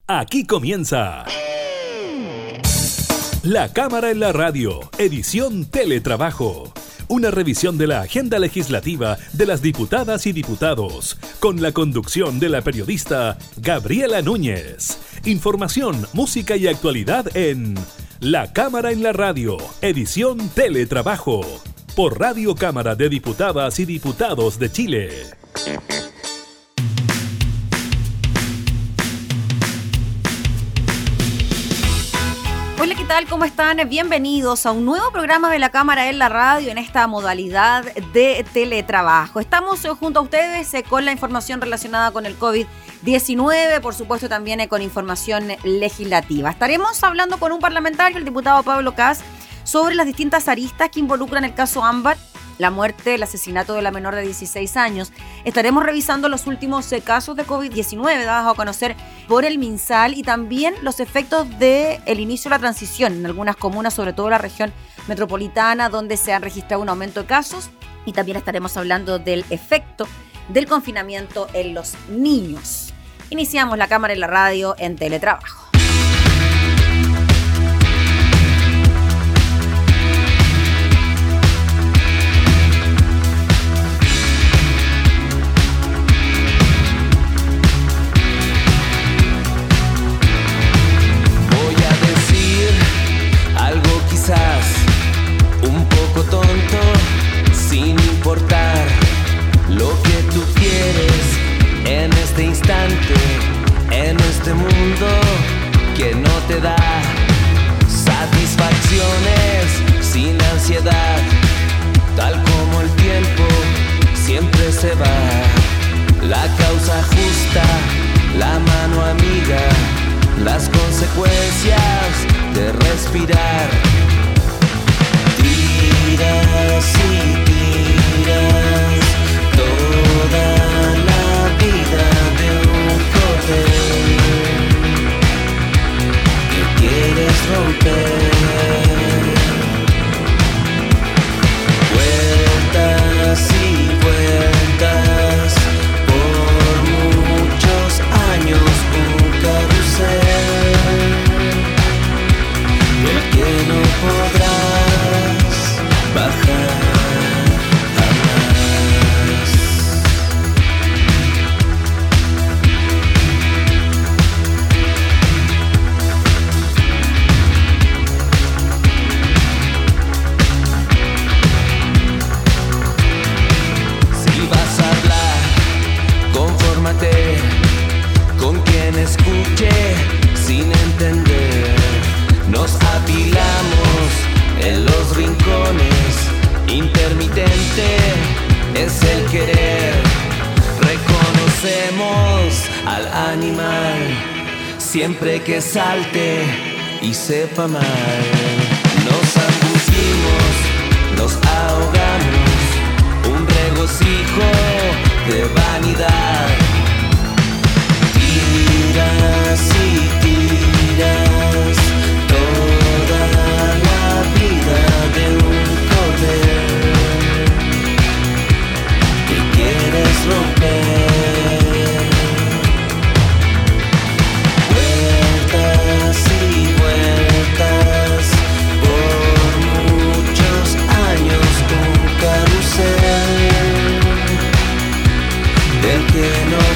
Aquí comienza La Cámara en la Radio, edición Teletrabajo. Una revisión de la agenda legislativa de las diputadas y diputados, con la conducción de la periodista Gabriela Núñez. Información, música y actualidad en La Cámara en la Radio, edición Teletrabajo, por Radio Cámara de Diputadas y Diputados de Chile. Hola, ¿qué tal? ¿Cómo están? Bienvenidos a un nuevo programa de La Cámara en la Radio en esta modalidad de teletrabajo. Estamos junto a ustedes con la información relacionada con el COVID-19, por supuesto también con información legislativa. Estaremos hablando con un parlamentario, el diputado Pablo Kast, sobre las distintas aristas que involucran el caso Ámbar, la muerte, el asesinato de la menor de 16 años. Estaremos revisando los últimos casos de COVID-19 dados a conocer por el MinSal y también los efectos del inicio de la transición en algunas comunas, sobre todo la región metropolitana, donde se han registrado un aumento de casos. Y también estaremos hablando del efecto del confinamiento en los niños. Iniciamos La Cámara en la Radio en teletrabajo. Un poco tonto, sin importar lo que tú quieres en este instante, en este mundo que no te da satisfacciones, sin ansiedad, tal como el tiempo siempre se va. La causa justa, la mano amiga, las consecuencias de respirar. Tiras y tiras toda la vida de un cordel que quieres romper. Vueltas y vueltas por muchos años, un carrusel del que no podrás bajar jamás. Si vas a hablar, confórmate con quien escuche sin entender. Nos apilamos en los rincones, intermitente es el querer. Reconocemos al animal siempre que salte y sepa mal. Nos angustimos, nos ahogamos, un regocijo de vanidad. Tiras y tiras toda la vida de un cordel que quieres romper. Vueltas y vueltas por muchos años, un carrusel del que no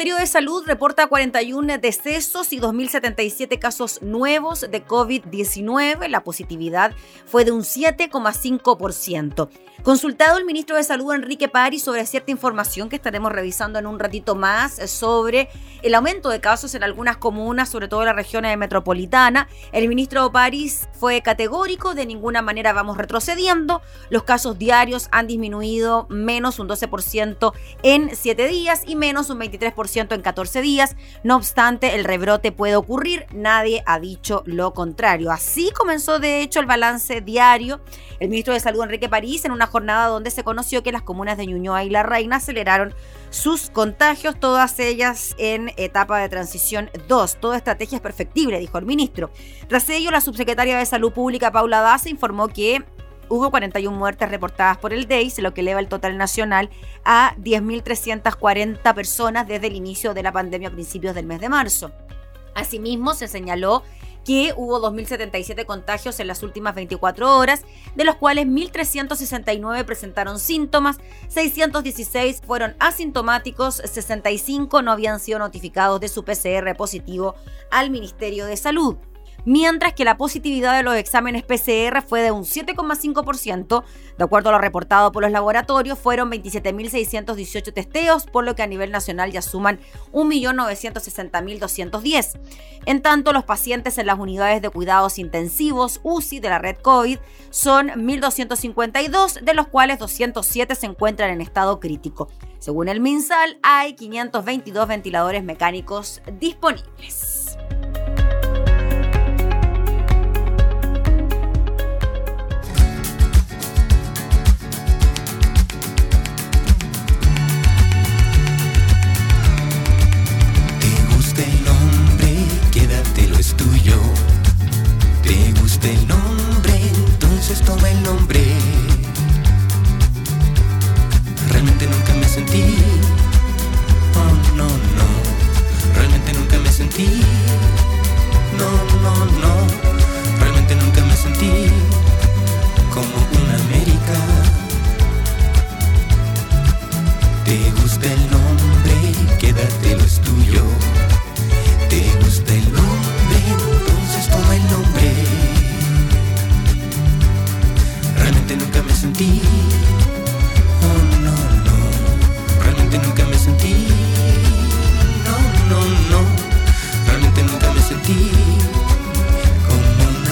Ministerio de Salud reporta 41 decesos y 2.077 casos nuevos de COVID-19. La positividad fue de un 7,5%. Consultado el ministro de Salud, Enrique París, sobre cierta información que estaremos revisando en un ratito más sobre el aumento de casos en algunas comunas, sobre todo en la región metropolitana, el ministro París fue categórico: de ninguna manera vamos retrocediendo. Los casos diarios han disminuido menos un 12% en 7 días y menos un 23% en 14 días. No obstante, el rebrote puede ocurrir. Nadie ha dicho lo contrario. Así comenzó, de hecho, el balance diario. El ministro de Salud, Enrique París, en una jornada donde se conoció que las comunas de Ñuñoa y La Reina aceleraron sus contagios, todas ellas en etapa de transición 2. Toda estrategia es perfectible, dijo el ministro. Tras ello, la subsecretaria de Salud Pública, Paula Daza, informó que hubo 41 muertes reportadas por el DEIS, lo que eleva el total nacional a 10.340 personas desde el inicio de la pandemia a principios del mes de marzo. Asimismo, se señaló que hubo 2.077 contagios en las últimas 24 horas, de los cuales 1.369 presentaron síntomas, 616 fueron asintomáticos, 65 no habían sido notificados de su PCR positivo al Ministerio de Salud. Mientras que la positividad de los exámenes PCR fue de un 7,5%, de acuerdo a lo reportado por los laboratorios, fueron 27.618 testeos, por lo que a nivel nacional ya suman 1.960.210. En tanto, los pacientes en las unidades de cuidados intensivos UCI de la red COVID son 1.252, de los cuales 207 se encuentran en estado crítico. Según el MinSal, hay 522 ventiladores mecánicos disponibles. El nombre, entonces toma el nombre. Realmente nunca me sentí, oh no, no. Realmente nunca me sentí, no, no, no. Realmente nunca me sentí como una América. Te gusta el nombre, quédatelo, es tuyo. Te gusta el nombre, entonces toma el nombre. Realmente nunca me sentí, oh no, no. Realmente nunca me sentí, no, no, no. Realmente nunca me sentí como una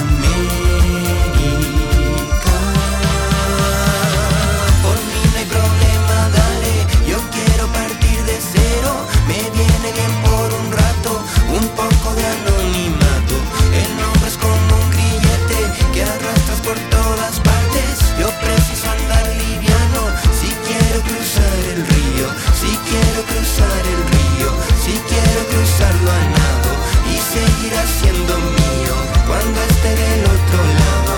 América. Por mí no hay problema, dale. Yo quiero partir de cero. Me viene bien por un rato, un poco de anonimato. El nombre es como un grillete que arrastras por todas partes. Yo preciso andar liviano, si quiero cruzar el río, si quiero cruzar el río, si quiero cruzarlo a nado y seguir haciendo mío cuando esté del otro lado.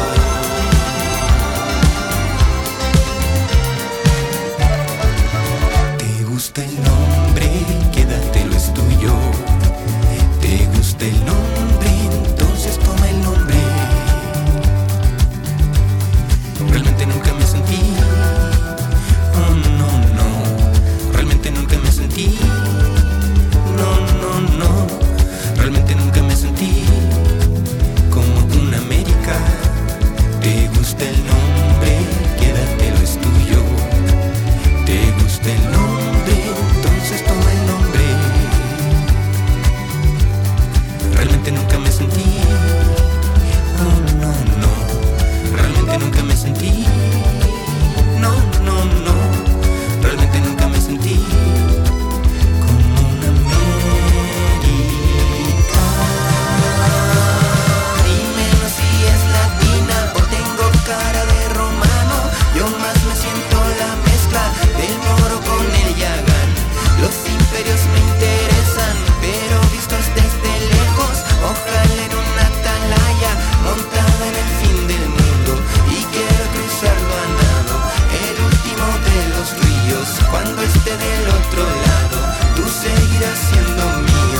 Te gusta el nombre, quédatelo, es tuyo. Te gusta el nombre, entonces toma el nombre. Realmente nunca me sentí, oh no, no. Realmente nunca me sentí, no, no, no. Realmente nunca me sentí como una América. Te gusta el nombre, quédatelo, es tuyo. Te gusta el nombre, entonces toma el nombre. Realmente nunca me sentí, oh no, no. Realmente nunca me sentí, no, no, no. Realmente nunca me sentí como una América. Dime si es latina o tengo cara de romano. Yo más me siento la mezcla del moro con el yagán. Los imperios me interesan, pero vistos desde lejos. Ojalá en una atalaya montada en el fin del mundo. Y quiero cruzarlo a nado, el último de los ríos. Cuando esté del otro lado, tú seguirás siendo mío.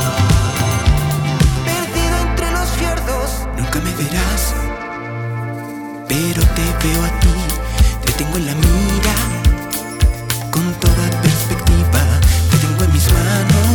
Perdido entre los fiordos, nunca me verás, pero te veo a ti, te tengo en la mira, con toda perspectiva, te tengo en mis manos.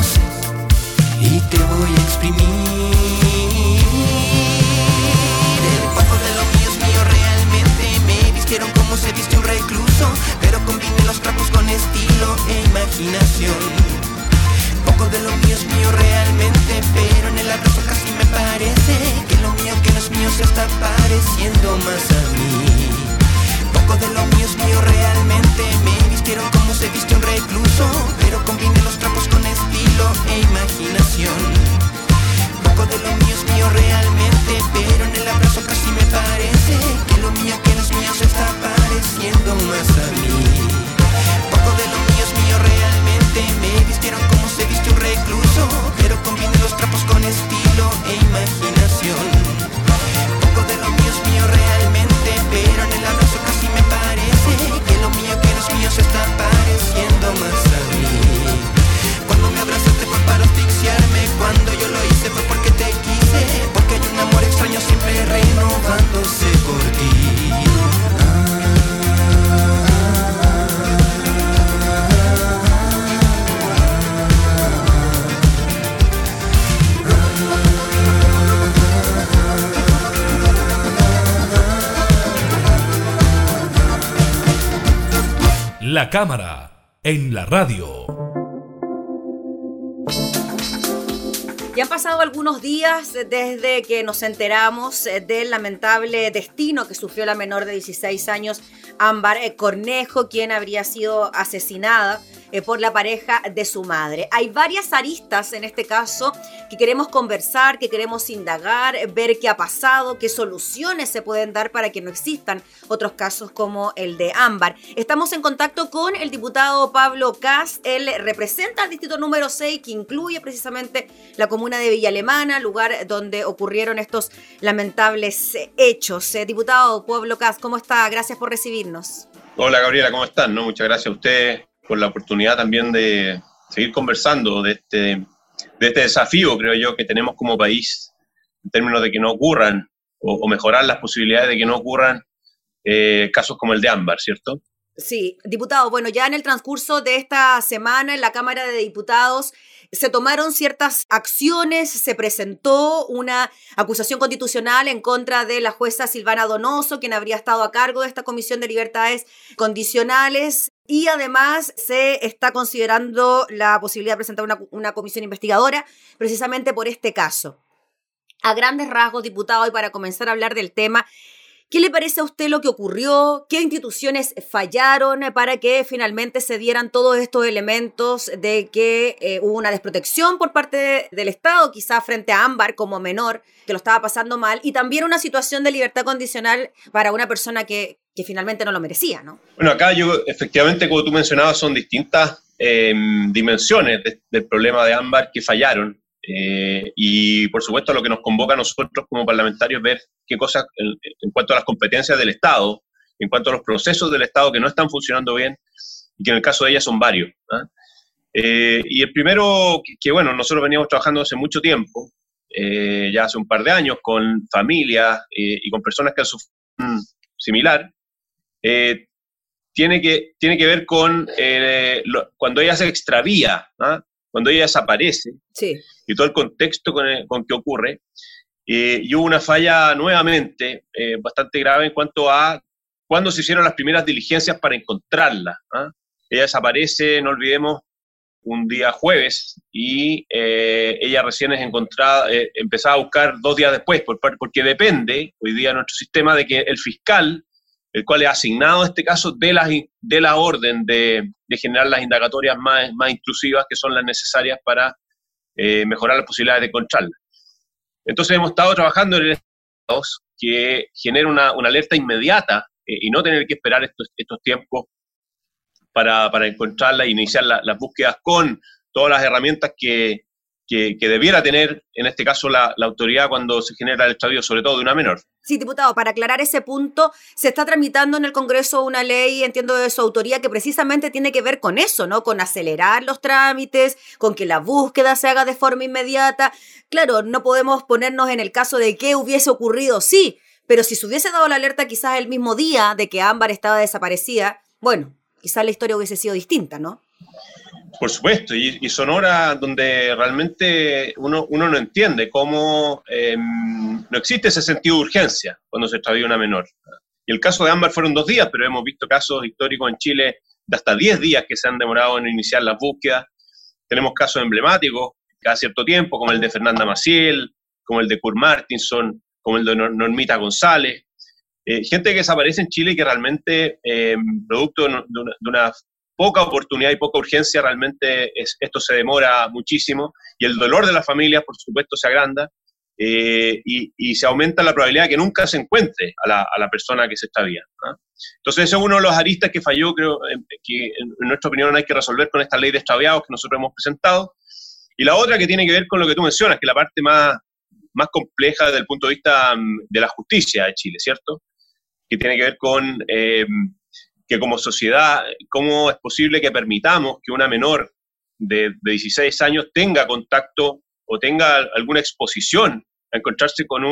pareciendo más a mí. Poco de lo mío es mío realmente. Me vistieron como se viste un recluso, pero combiné los trapos con estilo e imaginación. Poco de lo mío es mío realmente, pero en el abrazo casi me parece que lo mío que no es mío se está pareciendo más a mí. Poco de lo mío es mío realmente. Me vistieron como se viste un recluso, pero combiné los trapos con estilo e imaginación. Poco de lo mío es mío realmente, pero en el abrazo casi me parece que lo mío que no es mío se está pareciendo más a mí. Cuando me abrazaste fue para asfixiarme, cuando yo lo hice fue porque te quise, porque hay un amor extraño siempre renovándose por ti. La cámara en la radio. Ya han pasado algunos días desde que nos enteramos del lamentable destino que sufrió la menor de 16 años, Ámbar Cornejo, quien habría sido asesinada por la pareja de su madre. Hay varias aristas en este caso que queremos conversar, que queremos indagar, ver qué ha pasado, qué soluciones se pueden dar para que no existan otros casos como el de Ámbar. Estamos en contacto con el diputado Pablo Kast. Él representa al distrito número 6, que incluye precisamente la comuna de Villa Alemana, lugar donde ocurrieron estos lamentables hechos. Diputado Pablo Kast, ¿cómo está? Gracias por recibirnos. Hola Gabriela, ¿cómo están? Muchas gracias a ustedes por la oportunidad también de seguir conversando de este desafío, creo yo, que tenemos como país en términos de que no ocurran o mejorar las posibilidades de que no ocurran casos como el de Ámbar, ¿cierto? Sí, diputado, bueno, ya en el transcurso de esta semana en la Cámara de Diputados se tomaron ciertas acciones, se presentó una acusación constitucional en contra de la jueza Silvana Donoso, quien habría estado a cargo de esta Comisión de Libertades Condicionales, y además se está considerando la posibilidad de presentar una comisión investigadora precisamente por este caso. A grandes rasgos, diputado, y para comenzar a hablar del tema, ¿qué le parece a usted lo que ocurrió? ¿Qué instituciones fallaron para que finalmente se dieran todos estos elementos de que hubo una desprotección por parte del Estado, quizás frente a Ámbar como menor, que lo estaba pasando mal, y también una situación de libertad condicional para una persona que finalmente no lo merecía, ¿no? Bueno, acá efectivamente, como tú mencionabas, son distintas dimensiones del problema de Ámbar que fallaron. Y por supuesto lo que nos convoca a nosotros como parlamentarios es ver qué cosas en cuanto a las competencias del Estado, en cuanto a los procesos del Estado que no están funcionando bien y que en el caso de ellas son varios, ¿eh? Y el primero, que bueno, nosotros veníamos trabajando hace mucho tiempo, ya hace un par de años, con familias y con personas que han sufrido similar, tiene que ver con cuando ella se extravía, ¿eh? Cuando ella desaparece, sí, y todo el contexto con que ocurre, y hubo una falla nuevamente bastante grave en cuanto a cuándo se hicieron las primeras diligencias para encontrarla, ¿eh? Ella desaparece, no olvidemos, un día jueves, y ella recién es encontrada, empezaba a buscar 2 días después, porque depende, hoy día, nuestro sistema, de que el fiscal, el cual es asignado en este caso de la orden de generar las indagatorias más intrusivas, que son las necesarias para mejorar las posibilidades de encontrarla. Entonces hemos estado trabajando en el Estado que genere una alerta inmediata y no tener que esperar estos tiempos para encontrarla e iniciar las búsquedas con todas las herramientas que debiera tener, en este caso, la autoridad cuando se genera el extravío, sobre todo de una menor. Sí, diputado, para aclarar ese punto, se está tramitando en el Congreso una ley, entiendo de su autoría, que precisamente tiene que ver con eso, ¿no? Con acelerar los trámites, con que la búsqueda se haga de forma inmediata. Claro, no podemos ponernos en el caso de qué hubiese ocurrido, sí, pero si se hubiese dado la alerta quizás el mismo día de que Ámbar estaba desaparecida, bueno, quizás la historia hubiese sido distinta, ¿no? Por supuesto, y son horas donde realmente uno no entiende cómo no existe ese sentido de urgencia cuando se extravía una menor. Y el caso de Ámbar fueron 2 días, pero hemos visto casos históricos en Chile de hasta 10 días que se han demorado en iniciar las búsquedas. Tenemos casos emblemáticos cada cierto tiempo, como el de Fernanda Maciel, como el de Kurt Martinson, como el de Normita González. gente que desaparece en Chile y que realmente, producto de una poca oportunidad y poca urgencia, realmente esto se demora muchísimo y el dolor de las familias, por supuesto, se agranda y se aumenta la probabilidad de que nunca se encuentre a la persona que se extravía, ¿no? Entonces, ese es uno de los aristas que falló, creo, que en nuestra opinión hay que resolver con esta ley de extraviados que nosotros hemos presentado. Y la otra que tiene que ver con lo que tú mencionas, que es la parte más compleja desde el punto de vista de la justicia de Chile, ¿cierto? Que tiene que ver con que como sociedad, ¿cómo es posible que permitamos que una menor de 16 años tenga contacto o tenga alguna exposición a encontrarse con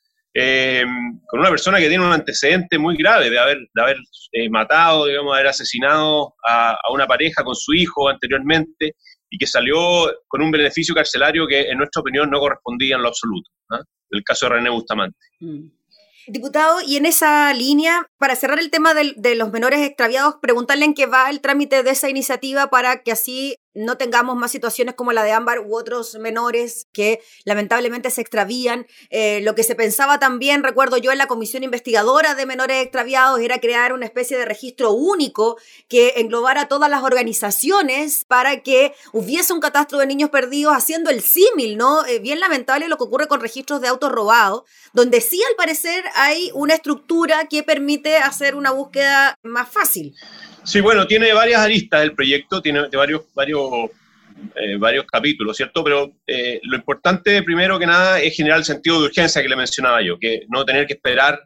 una persona que tiene un antecedente muy grave de haber matado, digamos, haber asesinado a una pareja con su hijo anteriormente y que salió con un beneficio carcelario que en nuestra opinión no correspondía en lo absoluto, ¿no? El caso de René Bustamante. Diputado, y en esa línea, para cerrar el tema de los menores extraviados, preguntarle en qué va el trámite de esa iniciativa para que así no tengamos más situaciones como la de Ámbar u otros menores que lamentablemente se extravían. Lo que se pensaba también, recuerdo yo, en la comisión investigadora de menores extraviados era crear una especie de registro único que englobara todas las organizaciones para que hubiese un catastro de niños perdidos, haciendo el símil, ¿no? Bien lamentable lo que ocurre con registros de autos robados, donde sí al parecer hay una estructura que permite hacer una búsqueda más fácil. Sí, bueno, tiene varias aristas el proyecto, tiene varios capítulos, ¿cierto? Pero lo importante, primero que nada, es generar el sentido de urgencia que le mencionaba yo, que no tener que esperar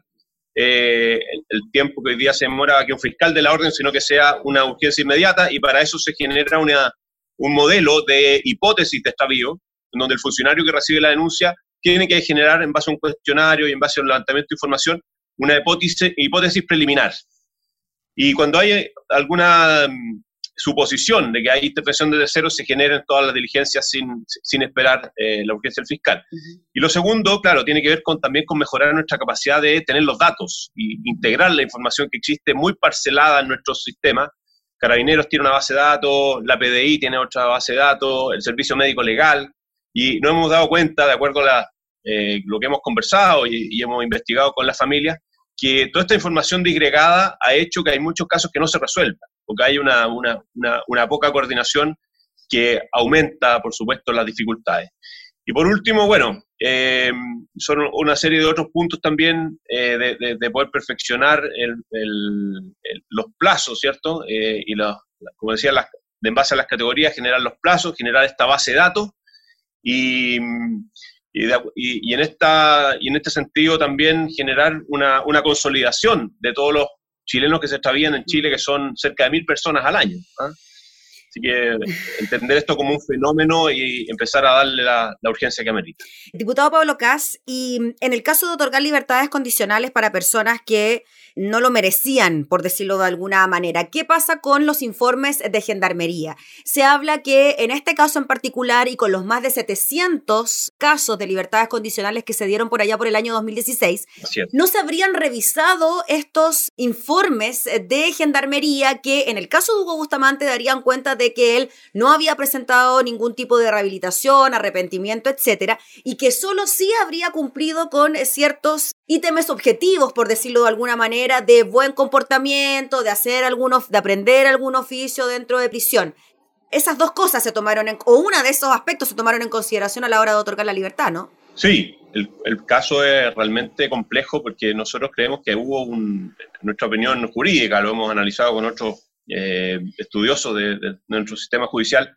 el tiempo que hoy día se demora a que un fiscal dé la orden, sino que sea una urgencia inmediata, y para eso se genera un modelo de hipótesis de extravío, en donde el funcionario que recibe la denuncia tiene que generar, en base a un cuestionario y en base a un levantamiento de información, una hipótesis preliminar. Y cuando hay alguna suposición de que hay intervención de terceros, se generen todas las diligencias sin esperar la urgencia del fiscal. Y lo segundo, claro, tiene que ver también con mejorar nuestra capacidad de tener los datos y integrar la información que existe muy parcelada en nuestro sistema. Carabineros tiene una base de datos, la PDI tiene otra base de datos, el Servicio Médico Legal, y nos hemos dado cuenta, de acuerdo a lo que hemos conversado y hemos investigado con las familias, que toda esta información disgregada ha hecho que hay muchos casos que no se resuelvan, porque hay una poca coordinación que aumenta, por supuesto, las dificultades. Y por último, bueno, son una serie de otros puntos también de poder perfeccionar los plazos, en base a las categorías, generar los plazos, generar esta base de datos, y en este sentido también generar una consolidación de todos los chilenos que se extravían en Chile, que son cerca de 1.000 personas al año, ¿eh? Así que entender esto como un fenómeno y empezar a darle la urgencia que amerita. Diputado Pablo Kass, y en el caso de otorgar libertades condicionales para personas que no lo merecían, por decirlo de alguna manera, ¿qué pasa con los informes de Gendarmería? Se habla que en este caso en particular y con los más de 700 casos de libertades condicionales que se dieron por allá por el año 2016, no se habrían revisado estos informes de Gendarmería que en el caso de Hugo Bustamante darían cuenta de que él no había presentado ningún tipo de rehabilitación, arrepentimiento, etcétera, y que solo sí habría cumplido con ciertos ítems objetivos, por decirlo de alguna manera, de buen comportamiento, de aprender algún oficio dentro de prisión. Esas dos cosas se tomaron o uno de esos aspectos se tomaron en consideración a la hora de otorgar la libertad, ¿no? Sí, el caso es realmente complejo porque nosotros creemos que hubo en nuestra opinión jurídica, lo hemos analizado con otros estudiosos de nuestro sistema judicial,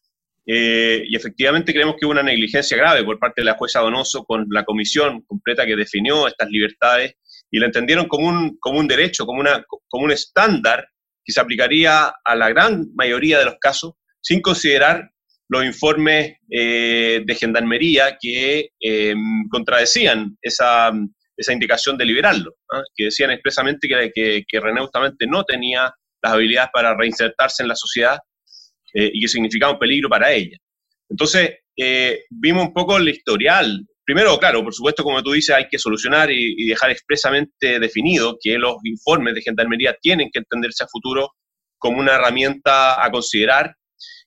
y efectivamente creemos que hubo una negligencia grave por parte de la jueza Donoso con la comisión completa que definió estas libertades y la entendieron como un derecho, como un estándar que se aplicaría a la gran mayoría de los casos sin considerar los informes de Gendarmería que contradecían esa indicación de liberarlo, ¿no? Que decían expresamente que René Bustamante no tenía las habilidades para reinsertarse en la sociedad y que significaba un peligro para ella. Entonces, vimos un poco el historial. Primero, claro, por supuesto, como tú dices, hay que solucionar y dejar expresamente definido que los informes de Gendarmería tienen que entenderse a futuro como una herramienta a considerar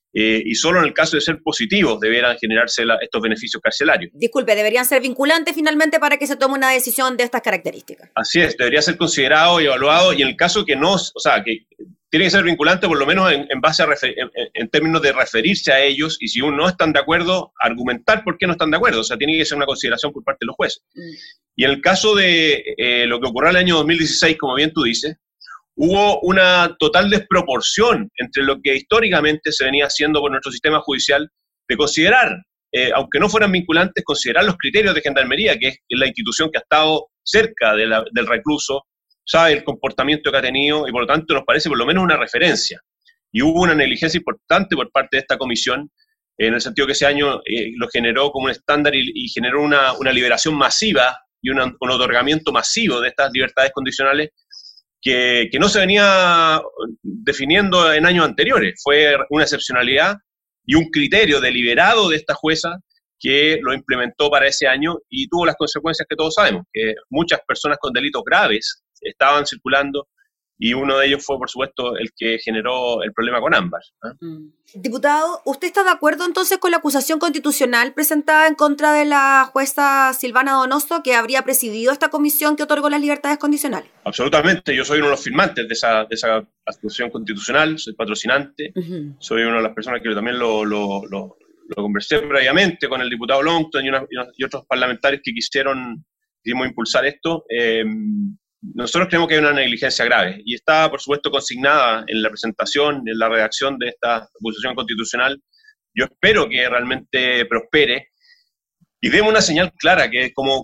y solo en el caso de ser positivos debieran generarse estos beneficios carcelarios. Disculpe, ¿deberían ser vinculantes finalmente para que se tome una decisión de estas características? Así es, debería ser considerado y evaluado, y en el caso que no, o sea, que tiene que ser vinculante por lo menos en base a en términos de referirse a ellos, y si uno no están de acuerdo, argumentar por qué no están de acuerdo. O sea, tiene que ser una consideración por parte de los jueces. Y en el caso de lo que ocurrió el año 2016, como bien tú dices, hubo una total desproporción entre lo que históricamente se venía haciendo por nuestro sistema judicial de considerar, aunque no fueran vinculantes, considerar los criterios de Gendarmería, que es la institución que ha estado cerca del recluso, sabe el comportamiento que ha tenido y por lo tanto nos parece por lo menos una referencia. Y hubo una negligencia importante por parte de esta comisión, en el sentido que ese año lo generó como un estándar y generó una liberación masiva y un otorgamiento masivo de estas libertades condicionales que no se venía definiendo en años anteriores. Fue una excepcionalidad y un criterio deliberado de esta jueza que lo implementó para ese año y tuvo las consecuencias que todos sabemos, que muchas personas con delitos graves estaban circulando y uno de ellos fue, por supuesto, el que generó el problema con Ámbar. Diputado, ¿usted está de acuerdo entonces con la acusación constitucional presentada en contra de la jueza Silvana Donoso, que habría presidido esta comisión que otorgó las libertades condicionales? Absolutamente, yo soy uno de los firmantes de esa acusación constitucional, soy patrocinante, soy una de las personas que también lo conversé previamente con el diputado Longton y otros parlamentarios que quisimos impulsar esto. Nosotros creemos que hay una negligencia grave y está, por supuesto, consignada en la presentación, en la redacción de esta acusación constitucional. Yo espero que realmente prospere y demos una señal clara que como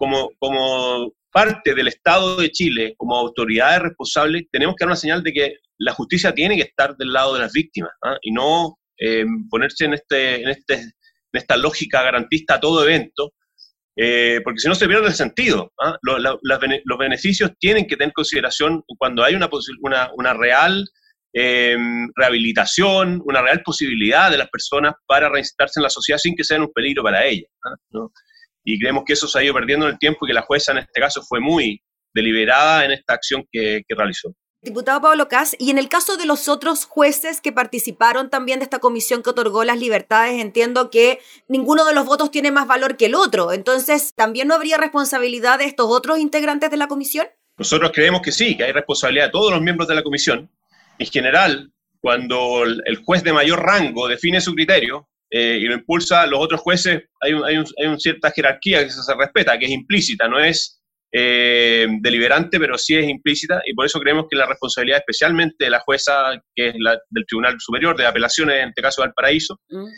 parte del Estado de Chile, como autoridades responsables, tenemos que dar una señal de que la justicia tiene que estar del lado de las víctimas, y no ponerse en esta lógica garantista a todo evento, porque si no se pierde el sentido. Los beneficios tienen que tener consideración cuando hay una real rehabilitación, una real posibilidad de las personas para reinsertarse en la sociedad sin que sean un peligro para ellas, ¿no? Y creemos que eso se ha ido perdiendo en el tiempo y que la jueza en este caso fue muy deliberada en esta acción que realizó. Diputado Pablo Kast, y en el caso de los otros jueces que participaron también de esta comisión que otorgó las libertades, entiendo que ninguno de los votos tiene más valor que el otro. Entonces, ¿también no habría responsabilidad de estos otros integrantes de la comisión? Nosotros creemos que sí, que hay responsabilidad de todos los miembros de la comisión. En general, cuando el juez de mayor rango define su criterio y lo impulsa, los otros jueces, hay una cierta jerarquía que se respeta, que es implícita, no es deliberante, pero sí es implícita, y por eso creemos que la responsabilidad especialmente de la jueza, que es la del Tribunal Superior de Apelaciones, en este caso de Valparaíso,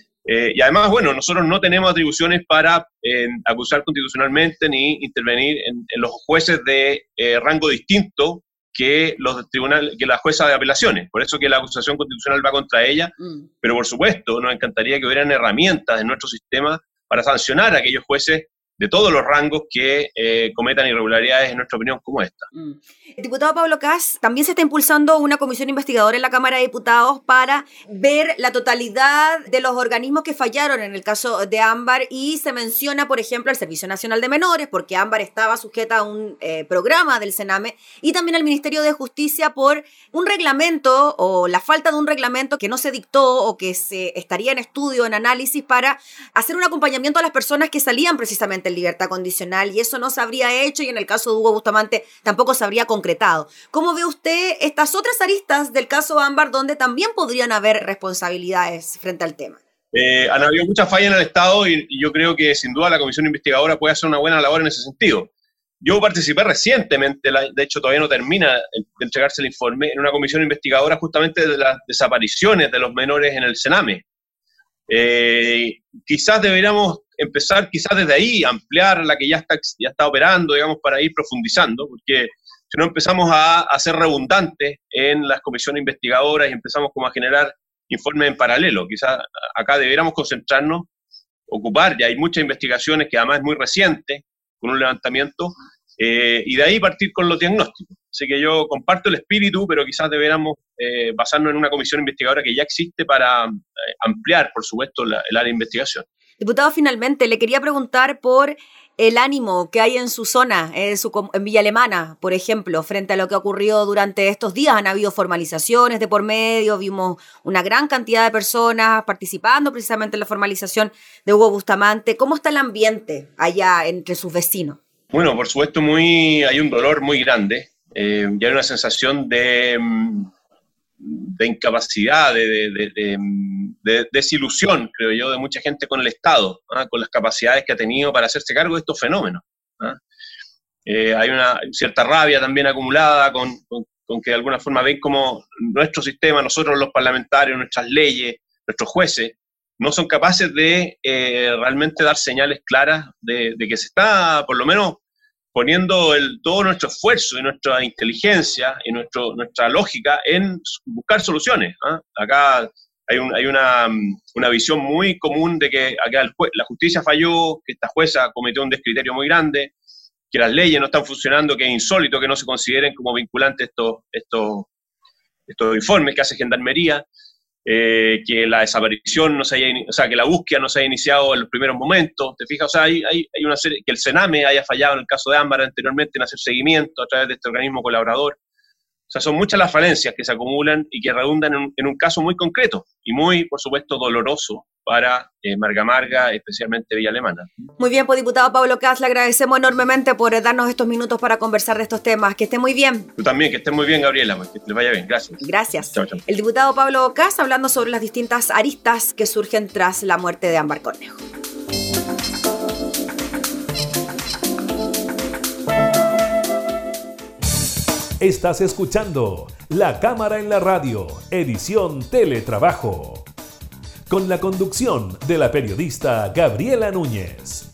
y además, bueno, nosotros no tenemos atribuciones para acusar constitucionalmente ni intervenir en los jueces de rango distinto que los tribunales, que la jueza de apelaciones, por eso que la acusación constitucional va contra ella, pero por supuesto nos encantaría que hubieran herramientas en nuestro sistema para sancionar a aquellos jueces de todos los rangos que cometan irregularidades, en nuestra opinión, como esta. Diputado Pablo Kast, también se está impulsando una comisión investigadora en la Cámara de Diputados para ver la totalidad de los organismos que fallaron en el caso de Ámbar, y se menciona, por ejemplo, el Servicio Nacional de Menores, porque Ámbar estaba sujeta a un programa del Sename, y también al Ministerio de Justicia por un reglamento o la falta de un reglamento que no se dictó o que se estaría en estudio, en análisis, para hacer un acompañamiento a las personas que salían precisamente en libertad condicional, y eso no se habría hecho, y en el caso de Hugo Bustamante tampoco se habría concretado. ¿Cómo ve usted estas otras aristas del caso Ámbar donde también podrían haber responsabilidades frente al tema? Han habido muchas fallas en el Estado y yo creo que sin duda la comisión investigadora puede hacer una buena labor en ese sentido. Yo participé recientemente, de hecho todavía no termina de entregarse el informe, en una comisión investigadora justamente de las desapariciones de los menores en el Sename. Quizás deberíamos empezar desde ahí, ampliar la que ya está operando, digamos, para ir profundizando, porque si no empezamos a ser redundantes en las comisiones investigadoras y empezamos como a generar informes en paralelo. Quizás acá deberíamos concentrarnos, ocupar, ya hay muchas investigaciones que además es muy reciente, con un levantamiento, y de ahí partir con los diagnósticos. Así que yo comparto el espíritu, pero quizás deberíamos basarnos en una comisión investigadora que ya existe para ampliar, por supuesto, el área de investigación. Diputado, finalmente le quería preguntar por el ánimo que hay en su zona, en Villa Alemana, por ejemplo, frente a lo que ha ocurrido durante estos días. Han habido formalizaciones de por medio, vimos una gran cantidad de personas participando precisamente en la formalización de Hugo Bustamante. ¿Cómo está el ambiente allá entre sus vecinos? Bueno, por supuesto hay un dolor muy grande, y hay una sensación de incapacidad, de desilusión, creo yo, de mucha gente con el Estado, con las capacidades que ha tenido para hacerse cargo de estos fenómenos. Hay una cierta rabia también acumulada con que de alguna forma ven como nuestro sistema, nosotros los parlamentarios, nuestras leyes, nuestros jueces, no son capaces de realmente dar señales claras de que se está, por lo menos, poniendo todo nuestro esfuerzo y nuestra inteligencia y nuestra lógica en buscar soluciones. Acá hay una visión muy común de que acá la justicia falló, que esta jueza cometió un descriterio muy grande, que las leyes no están funcionando, que es insólito que no se consideren como vinculantes estos informes que hace Gendarmería, que la desaparición que la búsqueda no se haya iniciado en los primeros momentos, ¿te fijas? O sea, hay una serie, que el Sename haya fallado en el caso de Ámbar anteriormente en hacer seguimiento a través de este organismo colaborador. O sea, son muchas las falencias que se acumulan y que redundan en un caso muy concreto y muy, por supuesto, doloroso para Marga Marga, especialmente Villa Alemana. Muy bien, pues diputado Pablo Katz, le agradecemos enormemente por darnos estos minutos para conversar de estos temas. Que esté muy bien. Tú también, que estés muy bien, Gabriela, que les vaya bien. Gracias. Gracias. Chao, chao. El diputado Pablo Katz hablando sobre las distintas aristas que surgen tras la muerte de Ámbar Cornejo. Estás escuchando La Cámara en la Radio, edición Teletrabajo, con la conducción de la periodista Gabriela Núñez.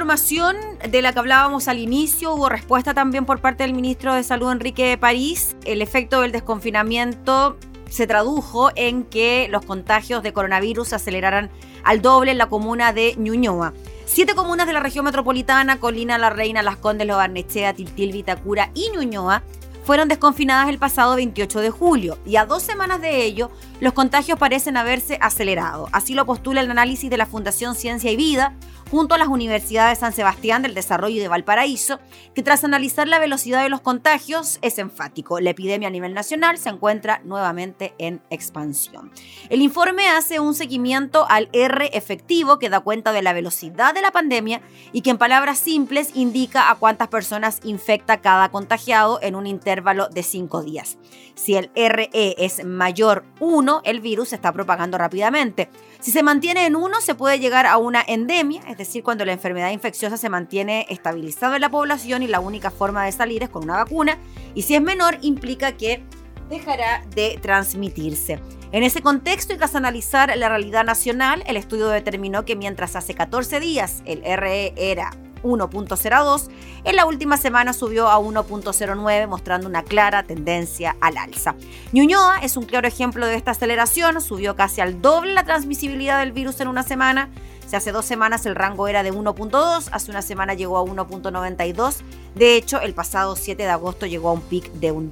información de la que hablábamos al inicio. Hubo respuesta también por parte del ministro de Salud, Enrique París. El efecto del desconfinamiento se tradujo en que los contagios de coronavirus se aceleraran al doble en la comuna de Ñuñoa. 7 comunas de la región metropolitana, Colina, La Reina, Las Condes, Lo Barnechea, Tiltil, Vitacura y Ñuñoa, fueron desconfinadas el pasado 28 de julio y a 2 semanas de ello, los contagios parecen haberse acelerado. Así lo postula el análisis de la Fundación Ciencia y Vida, junto a las universidades de San Sebastián del Desarrollo y de Valparaíso, que tras analizar la velocidad de los contagios es enfático. La epidemia a nivel nacional se encuentra nuevamente en expansión. El informe hace un seguimiento al R efectivo que da cuenta de la velocidad de la pandemia y que en palabras simples indica a cuántas personas infecta cada contagiado en un intervalo de 5 días. Si el RE es mayor 1, el virus se está propagando rápidamente. Si se mantiene en 1, se puede llegar a una endemia, es decir, cuando la enfermedad infecciosa se mantiene estabilizada en la población y la única forma de salir es con una vacuna. Y si es menor, implica que dejará de transmitirse. En ese contexto, y tras analizar la realidad nacional, el estudio determinó que mientras hace 14 días el RE era 1.02, en la última semana subió a 1.09, mostrando una clara tendencia al alza. Ñuñoa es un claro ejemplo de esta aceleración, subió casi al doble la transmisibilidad del virus en una semana. Si hace 2 semanas el rango era de 1.2, hace una semana llegó a 1.92. De hecho, el pasado 7 de agosto llegó a un pic de un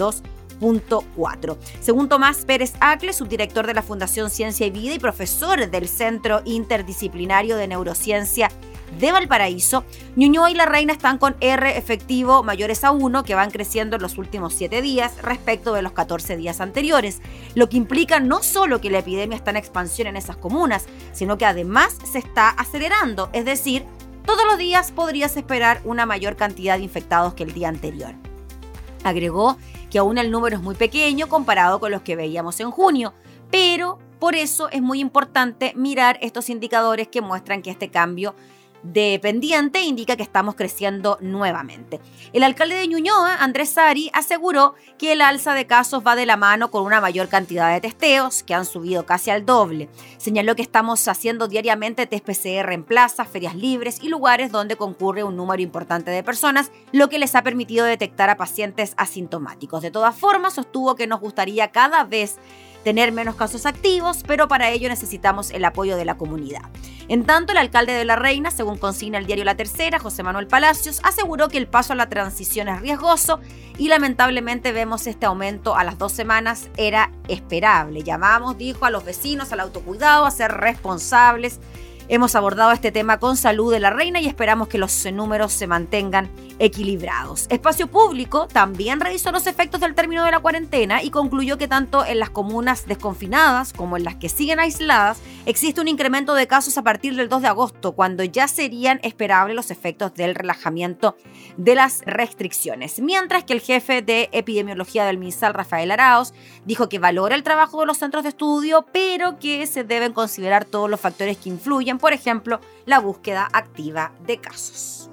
2.4. Según Tomás Pérez Acle, subdirector de la Fundación Ciencia y Vida y profesor del Centro Interdisciplinario de Neurociencia de Valparaíso, Ñuñoa y La Reina están con R efectivo mayores a 1, que van creciendo en los últimos 7 días respecto de los 14 días anteriores, lo que implica no solo que la epidemia está en expansión en esas comunas, sino que además se está acelerando, es decir, todos los días podrías esperar una mayor cantidad de infectados que el día anterior. Agregó que aún el número es muy pequeño comparado con los que veíamos en junio, pero por eso es muy importante mirar estos indicadores que muestran que este cambio de pendiente indica que estamos creciendo nuevamente. El alcalde de Ñuñoa, Andrés Sari, aseguró que el alza de casos va de la mano con una mayor cantidad de testeos, que han subido casi al doble. Señaló que estamos haciendo diariamente test PCR en plazas, ferias libres y lugares donde concurre un número importante de personas, lo que les ha permitido detectar a pacientes asintomáticos. De todas formas, sostuvo que nos gustaría cada vez tener menos casos activos, pero para ello necesitamos el apoyo de la comunidad. En tanto, el alcalde de La Reina, según consigna el diario La Tercera, José Manuel Palacios, aseguró que el paso a la transición es riesgoso y lamentablemente vemos este aumento a las 2 semanas, era esperable. Llamamos, dijo, a los vecinos al autocuidado, a ser responsables. Hemos abordado este tema con Salud de La Reina y esperamos que los números se mantengan equilibrados. Espacio Público también revisó los efectos del término de la cuarentena y concluyó que tanto en las comunas desconfinadas como en las que siguen aisladas existe un incremento de casos a partir del 2 de agosto, cuando ya serían esperables los efectos del relajamiento de las restricciones. Mientras que el jefe de epidemiología del MinSal, Rafael Arauz, dijo que valora el trabajo de los centros de estudio, pero que se deben considerar todos los factores que influyen, por ejemplo, la búsqueda activa de casos.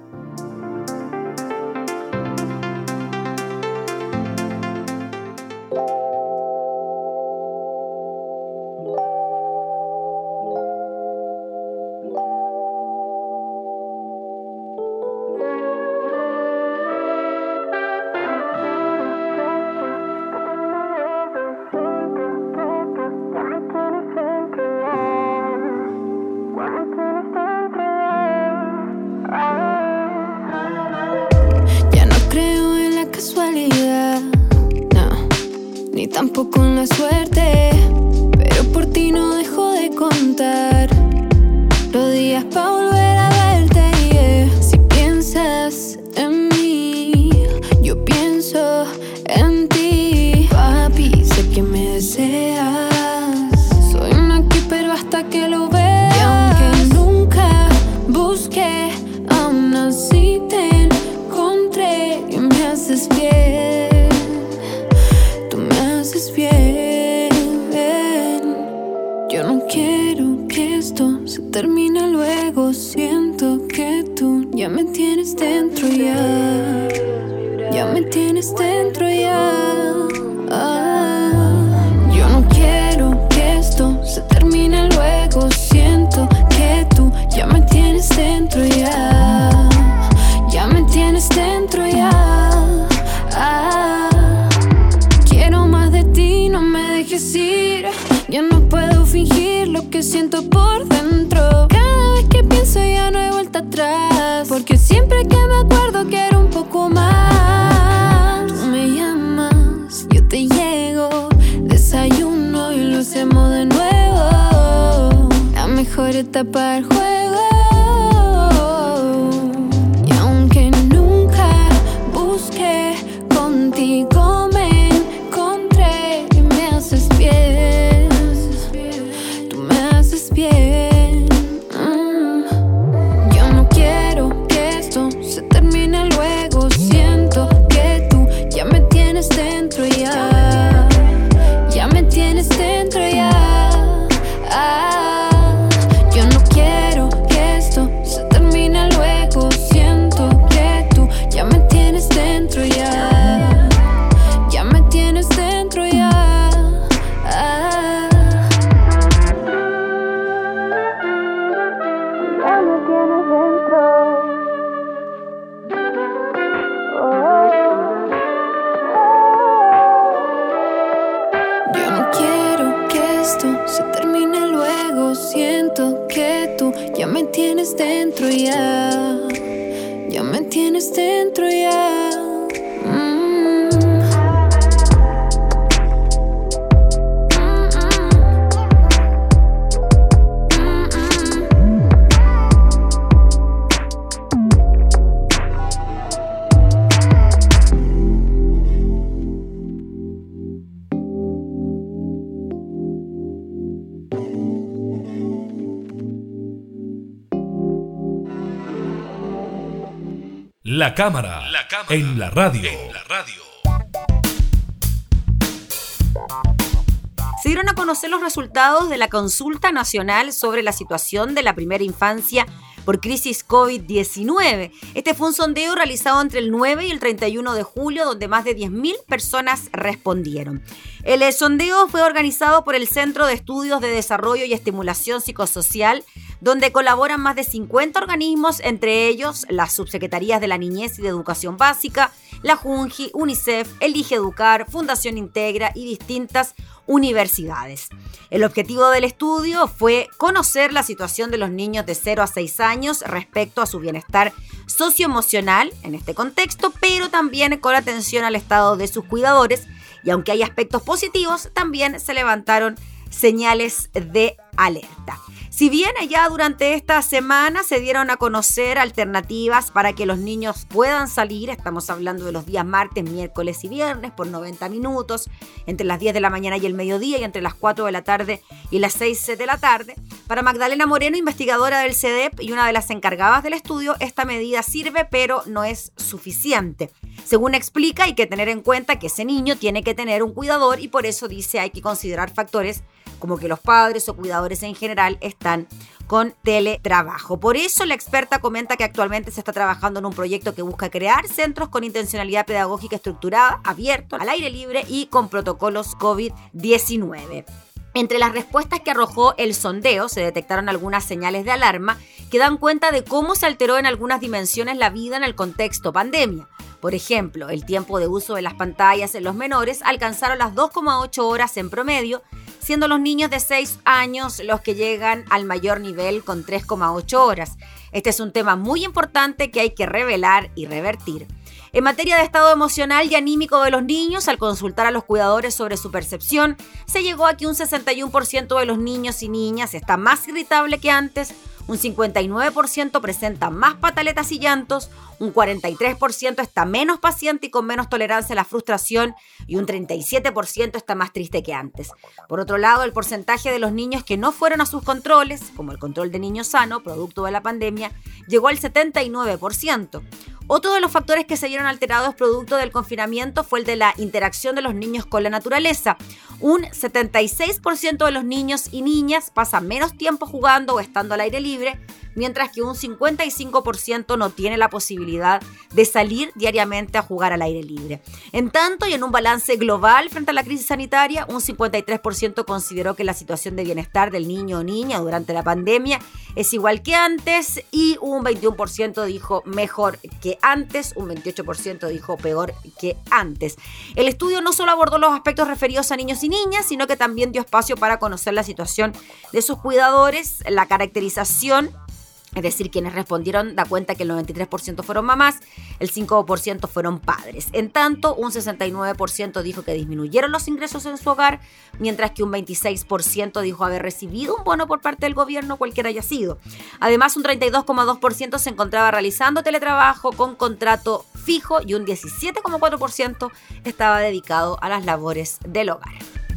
Tampoco en la suerte, pero por ti no dejo de contar los días pa' volver a verte, yeah. Si piensas en mí, yo pienso en ti. Papi, sé que me deseas, soy una keeper hasta que lo veas. Y aunque nunca busqué, aún así te encontré y me haces bien. Yo no quiero que esto se termine luego. Siento que tú ya me tienes dentro ya. Ya me tienes dentro ya. Yo no quiero que esto se termine luego. Siento que tú ya me tienes dentro ya. que siento por dentro. Cada vez que pienso ya no hay vuelta atrás, porque siempre que me acuerdo quiero un poco más. Tú me llamas, yo te llego, desayuno y lo hacemos de nuevo. La mejor etapa del juego. Y aunque nunca busqué, contigo me encontré y me haces bien. Tú me haces bien. Yo no quiero que esto se termine luego. Siento que tú ya me tienes dentro ya. Ya me tienes dentro ya. Yo no quiero que esto se termine luego. Siento que tú ya me tienes dentro ya. Ya me tienes dentro ya. Ya me tienes dentro. Yo no quiero que esto se termine luego. Siento que tú ya me tienes dentro ya. Ya me tienes dentro ya. La cámara, en la radio. Se dieron a conocer los resultados de la consulta nacional sobre la situación de la primera infancia por crisis COVID-19. Este fue un sondeo realizado entre el 9 y el 31 de julio, donde más de 10.000 personas respondieron. El sondeo fue organizado por el Centro de Estudios de Desarrollo y Estimulación Psicosocial, donde colaboran más de 50 organismos, entre ellos las subsecretarías de la Niñez y de Educación Básica, la JUNGI, UNICEF, Elige Educar, Fundación Integra y distintas universidades. El objetivo del estudio fue conocer la situación de los niños de 0 a 6 años respecto a su bienestar socioemocional en este contexto, pero también con atención al estado de sus cuidadores, y aunque hay aspectos positivos, también se levantaron señales de alerta. Si bien ya durante esta semana se dieron a conocer alternativas para que los niños puedan salir, estamos hablando de los días martes, miércoles y viernes por 90 minutos, entre las 10 de la mañana y el mediodía y entre las 4 de la tarde y las 6 de la tarde. Para Magdalena Moreno, investigadora del CEDEP y una de las encargadas del estudio, esta medida sirve, pero no es suficiente. Según explica, hay que tener en cuenta que ese niño tiene que tener un cuidador y por eso dice hay que considerar factores como que los padres o cuidadores en general están con teletrabajo. Por eso la experta comenta que actualmente se está trabajando en un proyecto que busca crear centros con intencionalidad pedagógica estructurada, abiertos, al aire libre y con protocolos COVID-19. Entre las respuestas que arrojó el sondeo se detectaron algunas señales de alarma que dan cuenta de cómo se alteró en algunas dimensiones la vida en el contexto pandemia. Por ejemplo, el tiempo de uso de las pantallas en los menores alcanzaron las 2,8 horas en promedio, siendo los niños de 6 años los que llegan al mayor nivel con 3,8 horas. Este es un tema muy importante que hay que revelar y revertir. En materia de estado emocional y anímico de los niños, al consultar a los cuidadores sobre su percepción, se llegó a que un 61% de los niños y niñas está más irritable que antes, un 59% presenta más pataletas y llantos, un 43% está menos paciente y con menos tolerancia a la frustración y un 37% está más triste que antes. Por otro lado, el porcentaje de los niños que no fueron a sus controles, como el control de niño sano, producto de la pandemia, llegó al 79%. Otro de los factores que se vieron alterados producto del confinamiento fue el de la interacción de los niños con la naturaleza. Un 76% de los niños y niñas pasan menos tiempo jugando o estando al aire libre, mientras que un 55% no tiene la posibilidad de salir diariamente a jugar al aire libre. En tanto, y en un balance global frente a la crisis sanitaria, un 53% consideró que la situación de bienestar del niño o niña durante la pandemia es igual que antes, y un 21% dijo mejor que antes, un 28% dijo peor que antes. El estudio no solo abordó los aspectos referidos a niños y niñas, sino que también dio espacio para conocer la situación de sus cuidadores, la caracterización, es decir, quienes respondieron da cuenta que el 93% fueron mamás, el 5% fueron padres. En tanto, un 69% dijo que disminuyeron los ingresos en su hogar, mientras que un 26% dijo haber recibido un bono por parte del gobierno, cualquiera haya sido. Además, un 32,2% se encontraba realizando teletrabajo con contrato fijo y un 17,4% estaba dedicado a las labores del hogar.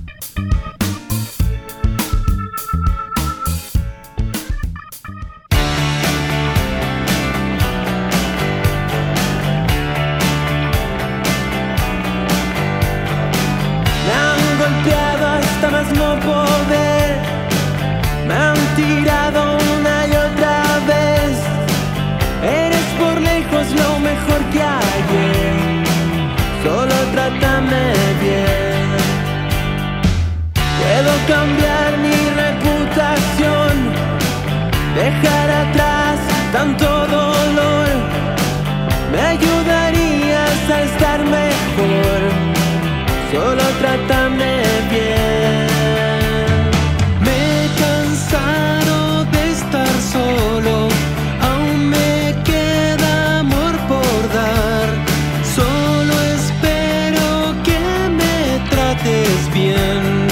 Hasta más no poder, me han tirado una y otra vez. Eres por lejos lo mejor que hay, solo trátame bien. Puedo cambiar mi reputación, dejar atrás tanto dolor. Me ayudarías a estar mejor, solo trátame bien. Me he cansado de estar solo, aún me queda amor por dar. Solo espero que me trates bien.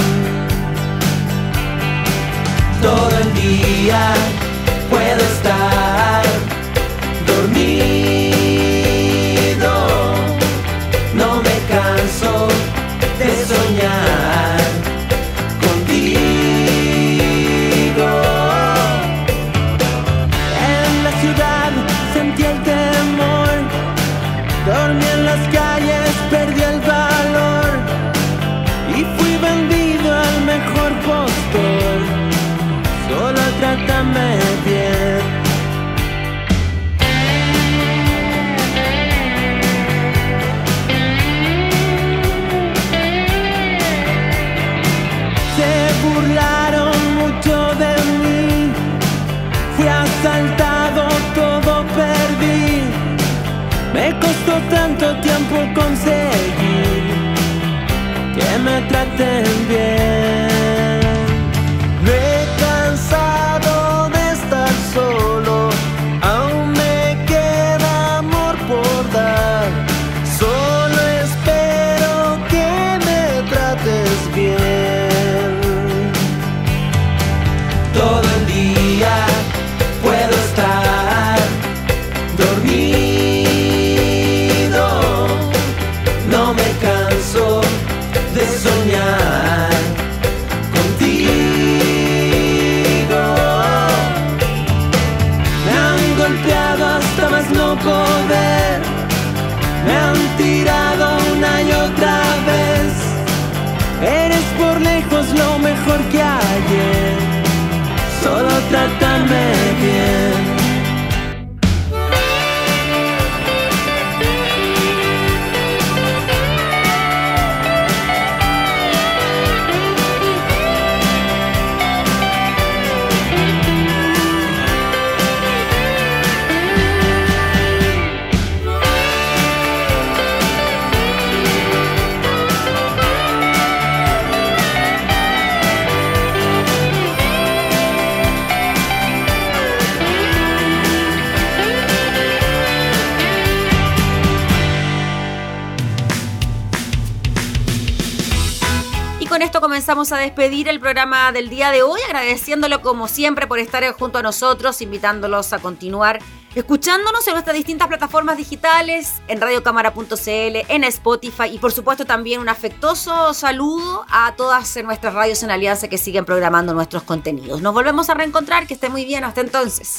Todo el día puedo estar dormido, no me canso de soñar contigo. En la ciudad sentí el temor, dormí en las calles, perdí el valor y fui vendido al mejor postor. Solo trátame bien. Burlaron mucho de mí, fui asaltado, todo perdí. Me costó tanto tiempo conseguir que me traten bien. Me he cansado de estar solo, aún me queda amor por dar. Solo espero que me trates bien. Todo el día puedo estar dormido, no me canso de soñar contigo. Me han golpeado hasta más no poder, me han tirado una y otra vez. Eres por lejos lo mejor que hay, solo trátame bien. Con esto comenzamos a despedir el programa del día de hoy, agradeciéndolo como siempre por estar junto a nosotros, invitándolos a continuar escuchándonos en nuestras distintas plataformas digitales, en radiocámara.cl, en Spotify y por supuesto también un afectuoso saludo a todas nuestras radios en alianza que siguen programando nuestros contenidos. Nos volvemos a reencontrar, que esté muy bien, hasta entonces.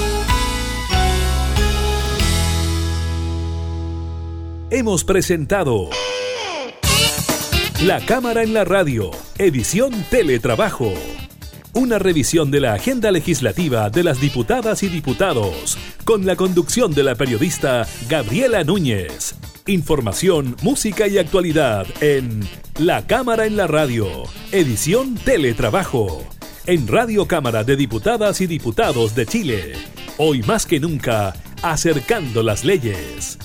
Hemos presentado La Cámara en la Radio, edición Teletrabajo. Una revisión de la agenda legislativa de las diputadas y diputados, con la conducción de la periodista Gabriela Núñez. Información, música y actualidad en La Cámara en la Radio, edición Teletrabajo, en Radio Cámara de Diputadas y Diputados de Chile. Hoy más que nunca, acercando las leyes.